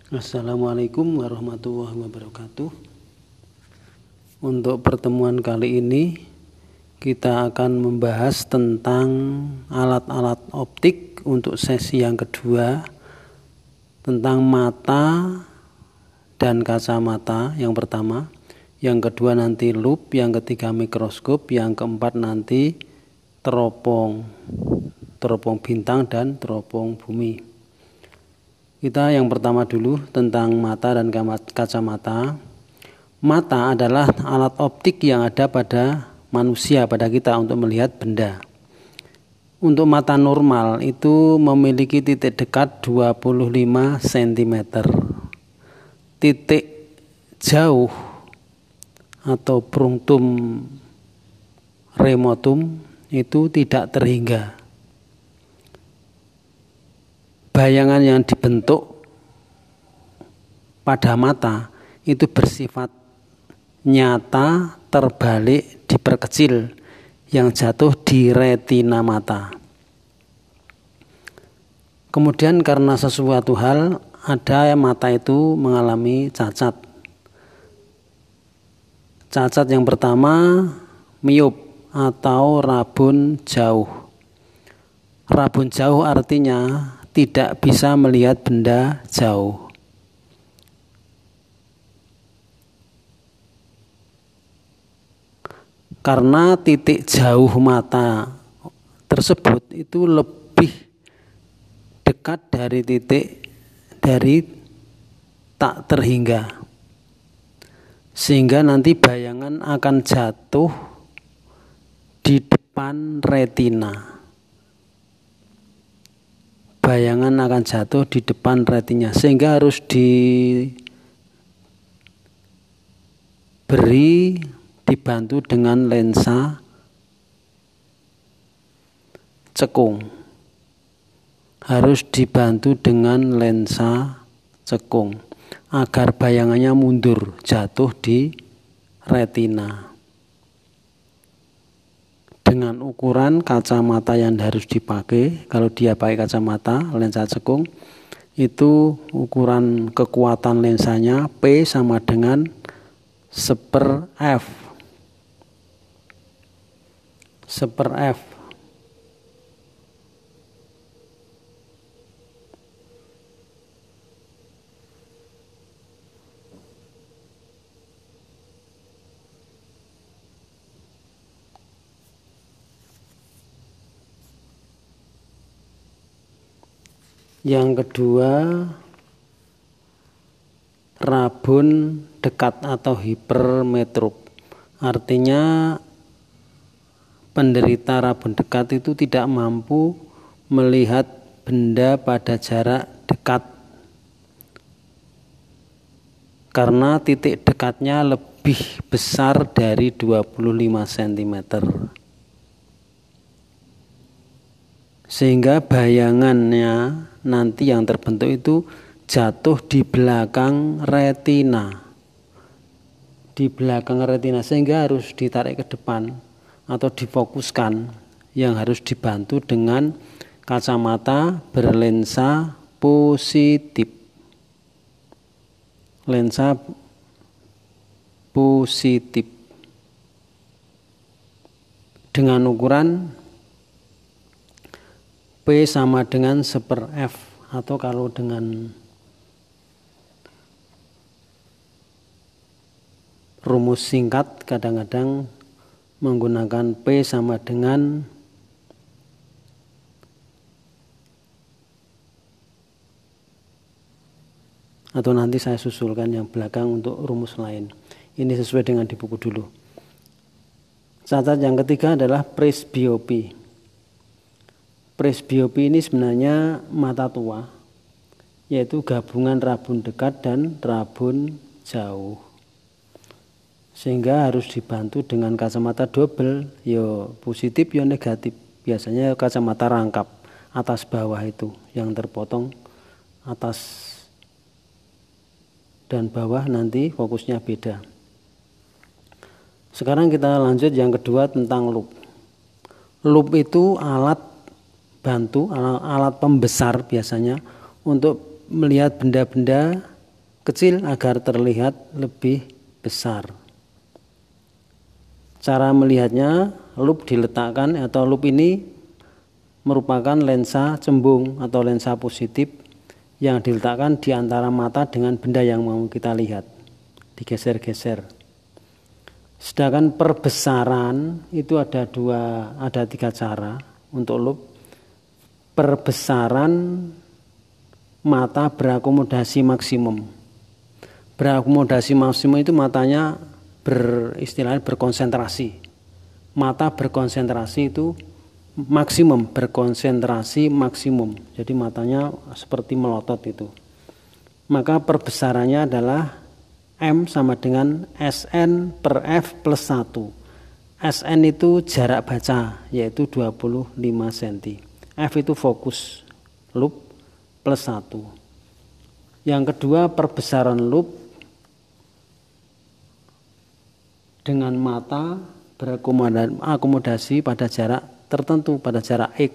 Assalamualaikum warahmatullahi wabarakatuh. Untuk pertemuan kali ini kita akan membahas tentang alat-alat optik untuk sesi yang kedua, tentang mata dan kacamata yang pertama, yang kedua nanti lup, yang ketiga mikroskop, yang keempat nanti teropong bintang dan teropong bumi. Kita yang pertama dulu tentang mata dan kacamata. Mata adalah alat optik yang ada pada manusia, pada kita untuk melihat benda. Untuk mata normal itu memiliki titik dekat 25 cm. Titik jauh atau punctum remotum itu tidak terhingga. Bayangan yang dibentuk pada mata itu bersifat nyata, terbalik, diperkecil, yang jatuh di retina mata. Kemudian karena sesuatu hal, ada mata itu mengalami cacat. Cacat yang pertama, miop atau rabun jauh. Rabun jauh artinya tidak bisa melihat benda jauh. Karena titik jauh mata tersebut itu lebih dekat dari titik dari tak terhingga, sehingga nanti bayangan akan jatuh di depan retina. Bayangan akan jatuh di depan retina, sehingga harus dibantu dengan lensa cekung. Harus dibantu dengan lensa cekung agar bayangannya mundur, jatuh di retina. Dengan ukuran kacamata yang harus dipakai, kalau dia pakai kacamata lensa cekung, itu ukuran kekuatan lensanya P sama dengan 1/F. 1/F. Yang kedua, rabun dekat atau hipermetrop. Artinya penderita rabun dekat itu tidak mampu melihat benda pada jarak dekat karena titik dekatnya lebih besar dari 25 cm. Sehingga bayangannya nanti yang terbentuk itu jatuh di belakang retina. Di belakang retina, sehingga harus ditarik ke depan atau difokuskan, yang harus dibantu dengan kacamata berlensa positif. Lensa positif dengan ukuran P sama dengan 1/F, atau kalau dengan rumus singkat kadang-kadang menggunakan P sama dengan atau nanti saya susulkan yang belakang untuk rumus lain. Ini sesuai dengan di buku dulu. Cacat yang ketiga adalah presbiopi. Presbiopi ini sebenarnya mata tua, yaitu gabungan rabun dekat dan rabun jauh, sehingga harus dibantu dengan kacamata double, yo positif yo negatif. Biasanya kacamata rangkap atas bawah itu yang terpotong, atas dan bawah nanti fokusnya beda. Sekarang kita lanjut yang kedua tentang lup. Lup itu alat bantu, alat pembesar biasanya untuk melihat benda-benda kecil agar terlihat lebih besar. Cara melihatnya, loop diletakkan atau loop ini merupakan lensa cembung atau lensa positif yang diletakkan di antara mata dengan benda yang mau kita lihat. Digeser-geser. Sedangkan perbesaran itu ada 3 cara untuk loop. Perbesaran mata berakomodasi maksimum. Berakomodasi maksimum itu matanya istilahnya berkonsentrasi. Mata berkonsentrasi itu maksimum, berkonsentrasi maksimum. Jadi matanya seperti melotot itu. Maka perbesarannya adalah M sama dengan SN per F plus 1. SN itu jarak baca, yaitu 25 cm. F itu fokus loop plus 1. Yang kedua, perbesaran loop dengan mata berakomodasi pada jarak tertentu, pada jarak X.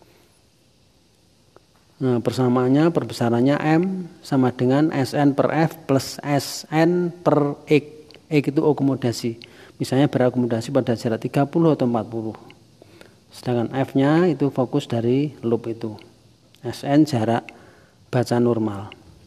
Nah, persamaannya, perbesarannya M sama dengan SN per F plus SN per X. X itu akomodasi. Misalnya berakomodasi pada jarak 30 atau 40. Sedangkan F-nya itu fokus dari loop itu. SN jarak baca normal.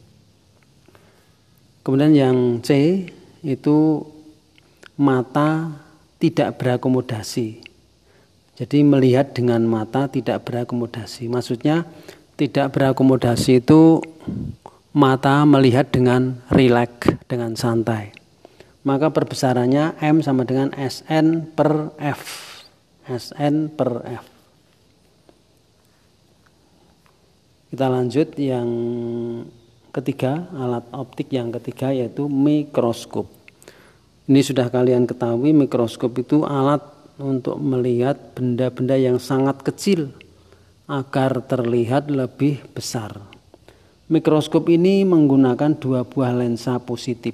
Kemudian yang C itu mata tidak berakomodasi. Jadi melihat dengan mata tidak berakomodasi. Maksudnya tidak berakomodasi itu mata melihat dengan rileks, dengan santai. Maka perbesarannya M sama dengan SN per F. SN per F. Kita lanjut yang ketiga, alat optik yang ketiga yaitu mikroskop. Ini sudah kalian ketahui, mikroskop itu alat untuk melihat benda-benda yang sangat kecil agar terlihat lebih besar. Mikroskop ini menggunakan 2 buah lensa positif.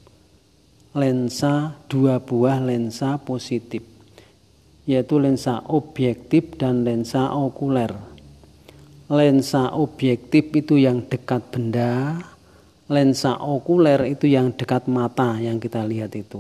2 buah lensa positif, yaitu lensa objektif dan lensa okuler. Lensa objektif itu yang dekat benda, lensa okuler itu yang dekat mata yang kita lihat itu.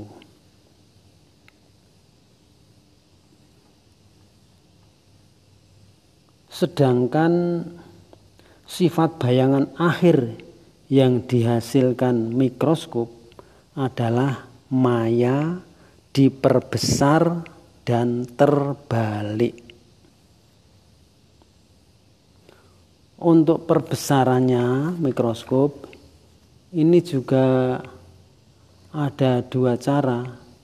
Sedangkan sifat bayangan akhir yang dihasilkan mikroskop adalah maya diperbesar dan terbalik. Untuk perbesarannya mikroskop ini juga ada 2 cara,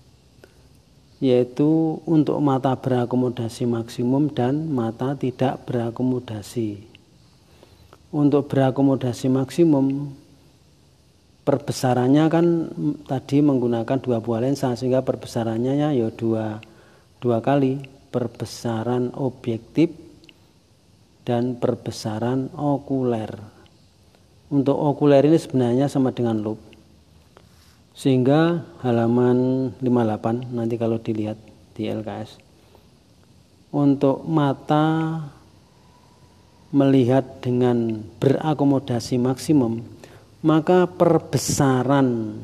yaitu untuk mata berakomodasi maksimum dan mata tidak berakomodasi. Untuk berakomodasi maksimum, perbesarannya kan tadi menggunakan 2 buah lensa, sehingga perbesarannya ya 2 kali, perbesaran objektif dan perbesaran okuler. Untuk okuler ini sebenarnya sama dengan loop. Sehingga halaman 58 nanti kalau dilihat di LKS. Untuk mata melihat dengan berakomodasi maksimum, maka perbesaran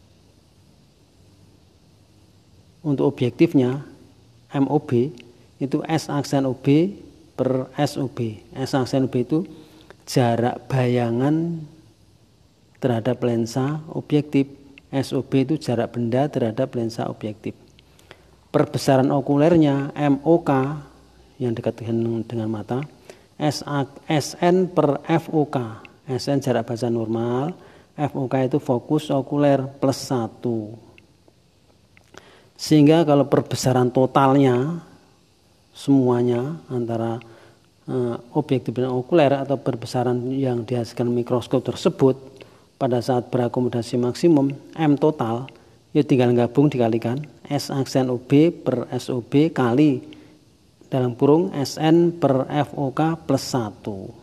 untuk objektifnya MOB itu S aksen OB per SOB. S aksen OB itu jarak bayangan terhadap lensa objektif. SOB itu jarak benda terhadap lensa objektif. Perbesaran okulernya MOK yang dekat dengan mata, SN per FOK. SN jarak baca normal, FOK itu fokus okuler plus 1. Sehingga kalau perbesaran totalnya semuanya antara objektif dan okuler atau perbesaran yang dihasilkan mikroskop tersebut pada saat berakomodasi maksimum, M total, ya tinggal gabung dikalikan S aksen OB per SOB kali dalam kurung SN per FOK plus 1.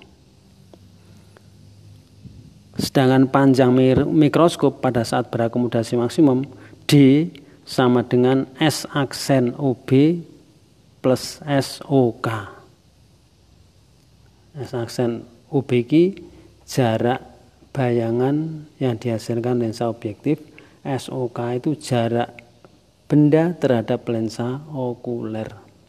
Sedangkan panjang mikroskop pada saat berakomodasi maksimum, D sama dengan S aksen OB plus SOK. S aksen OB ki jarak bayangan yang dihasilkan lensa objektif. SOK itu jarak benda terhadap lensa okuler.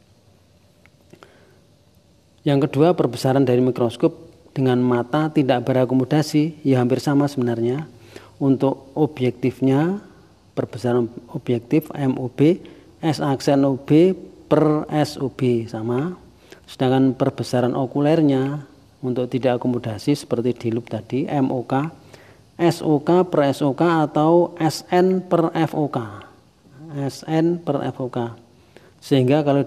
Yang kedua, perbesaran dari mikroskop dengan mata tidak berakomodasi, ya hampir sama sebenarnya. Untuk objektifnya, perbesaran objektif MOB, S-aksen OB per SOB sama. Sedangkan perbesaran okulernya untuk tidak akomodasi seperti di loop tadi, MOK, SOK per SOK atau SN per FOK. SN per FOK. Sehingga kalau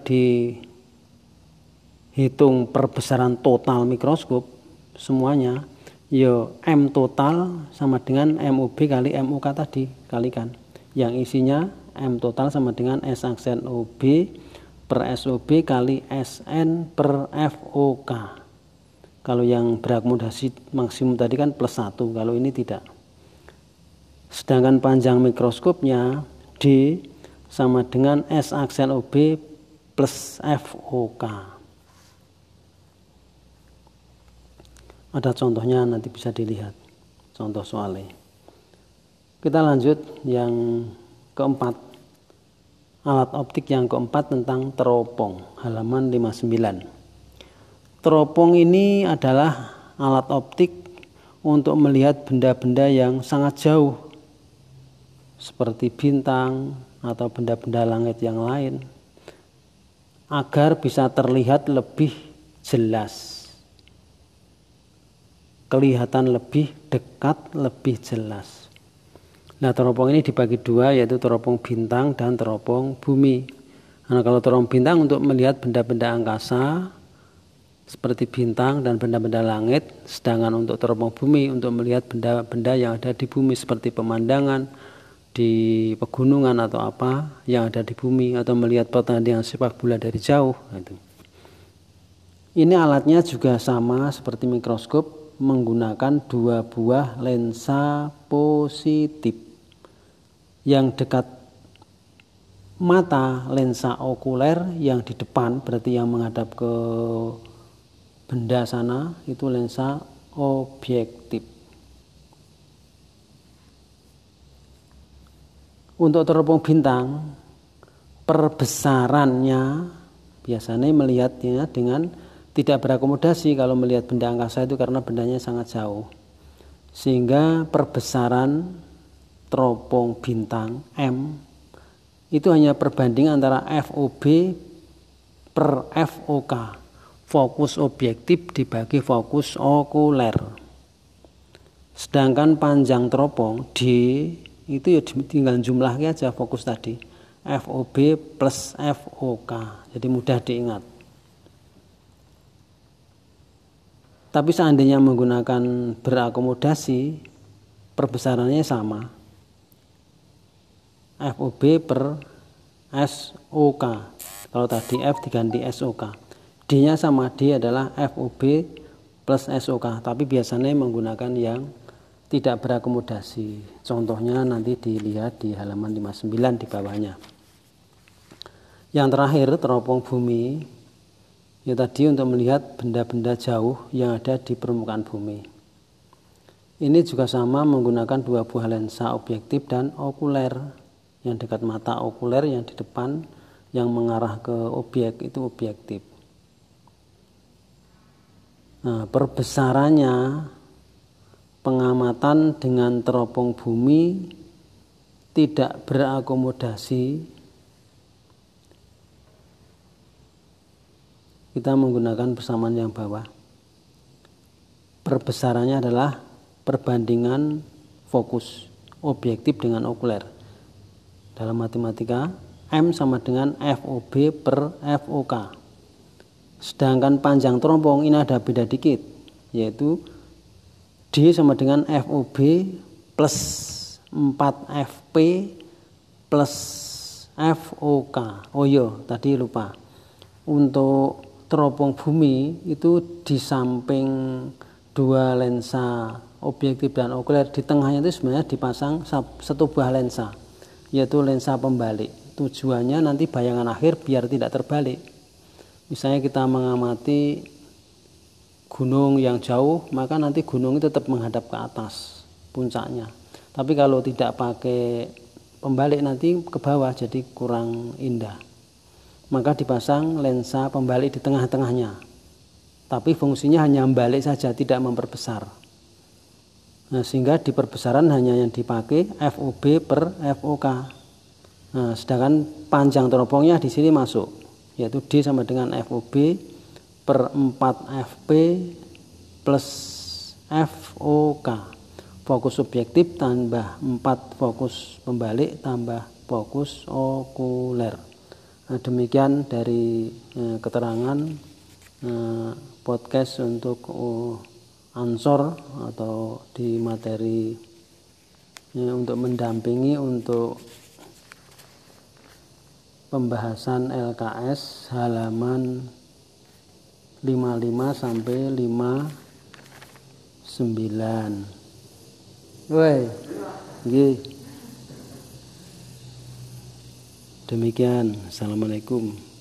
dihitung perbesaran total mikroskop semuanya, ya M total sama dengan MOB kali MOK tadi, kalikan. Yang isinya M total sama dengan S aksen OB per SOB kali SN per FOK. Kalau yang berakomodasi maksimum tadi kan plus 1, kalau ini tidak. Sedangkan panjang mikroskopnya D sama dengan S aksen OB plus FOK. Ada contohnya, nanti bisa dilihat contoh soalnya. Kita lanjut yang keempat, alat optik yang keempat tentang teropong, halaman 59. Teropong ini adalah alat optik untuk melihat benda-benda yang sangat jauh seperti bintang atau benda-benda langit yang lain agar bisa terlihat lebih jelas, kelihatan lebih dekat, lebih jelas. Nah, teropong ini dibagi dua, yaitu teropong bintang dan teropong bumi. Nah, kalau teropong bintang untuk melihat benda-benda angkasa seperti bintang dan benda-benda langit, sedangkan untuk teropong bumi untuk melihat benda-benda yang ada di bumi seperti pemandangan di pegunungan atau apa yang ada di bumi, atau melihat pertandingan sepak bola dari jauh. Ini alatnya juga sama seperti mikroskop, menggunakan dua buah lensa positif. Yang dekat mata lensa okuler, yang di depan berarti yang menghadap ke benda sana itu lensa objektif. Untuk teropong bintang, perbesarannya biasanya melihatnya dengan tidak berakomodasi kalau melihat benda angkasa itu karena bendanya sangat jauh. Sehingga perbesaran teropong bintang M itu hanya perbandingan antara FOB per FOK, fokus objektif dibagi fokus okuler. Sedangkan panjang teropong D itu ya tinggal jumlahnya aja fokus tadi, FOB plus FOK, jadi mudah diingat. Tapi seandainya menggunakan berakomodasi, perbesarannya sama, FOB per SOK. Kalau tadi F diganti SOK, D-nya sama, D adalah FOB plus SOK, tapi biasanya menggunakan yang tidak berakomodasi. Contohnya nanti dilihat di halaman 59 di bawahnya. Yang terakhir, teropong bumi, ya tadi untuk melihat benda-benda jauh yang ada di permukaan bumi. Ini juga sama, menggunakan dua buah lensa objektif dan okuler. Yang dekat mata okuler, yang di depan yang mengarah ke objek itu objektif. Nah, perbesarannya, pengamatan dengan teropong bumi tidak berakomodasi. Kita menggunakan persamaan yang bawah. Perbesarannya adalah perbandingan fokus objektif dengan okuler. Dalam matematika, M sama dengan FOB per FOK. Sedangkan panjang teropong ini ada beda dikit, yaitu D sama dengan FOB plus 4FP plus FOK. Oh iya, tadi lupa. Untuk teropong bumi itu di samping dua lensa objektif dan okuler, di tengahnya itu sebenarnya dipasang satu buah lensa, yaitu lensa pembalik. Tujuannya nanti bayangan akhir biar tidak terbalik. Misalnya kita mengamati gunung yang jauh, maka nanti gunung itu tetap menghadap ke atas puncaknya. Tapi kalau tidak pakai pembalik nanti ke bawah, jadi kurang indah. Maka dipasang lensa pembalik di tengah-tengahnya. Tapi fungsinya hanya membalik saja, tidak memperbesar. Nah, sehingga di perbesaran hanya yang dipakai FOB per FOK. Nah, sedangkan panjang teropongnya di sini masuk, yaitu D sama dengan FOB per 4FP plus FOK. Fokus subjektif tambah 4 fokus pembalik tambah fokus okuler. Nah, demikian dari keterangan podcast untuk ansor atau di materi untuk mendampingi untuk pembahasan LKS halaman 55 sampai 59. Woi, nggih. Demikian. Assalamualaikum.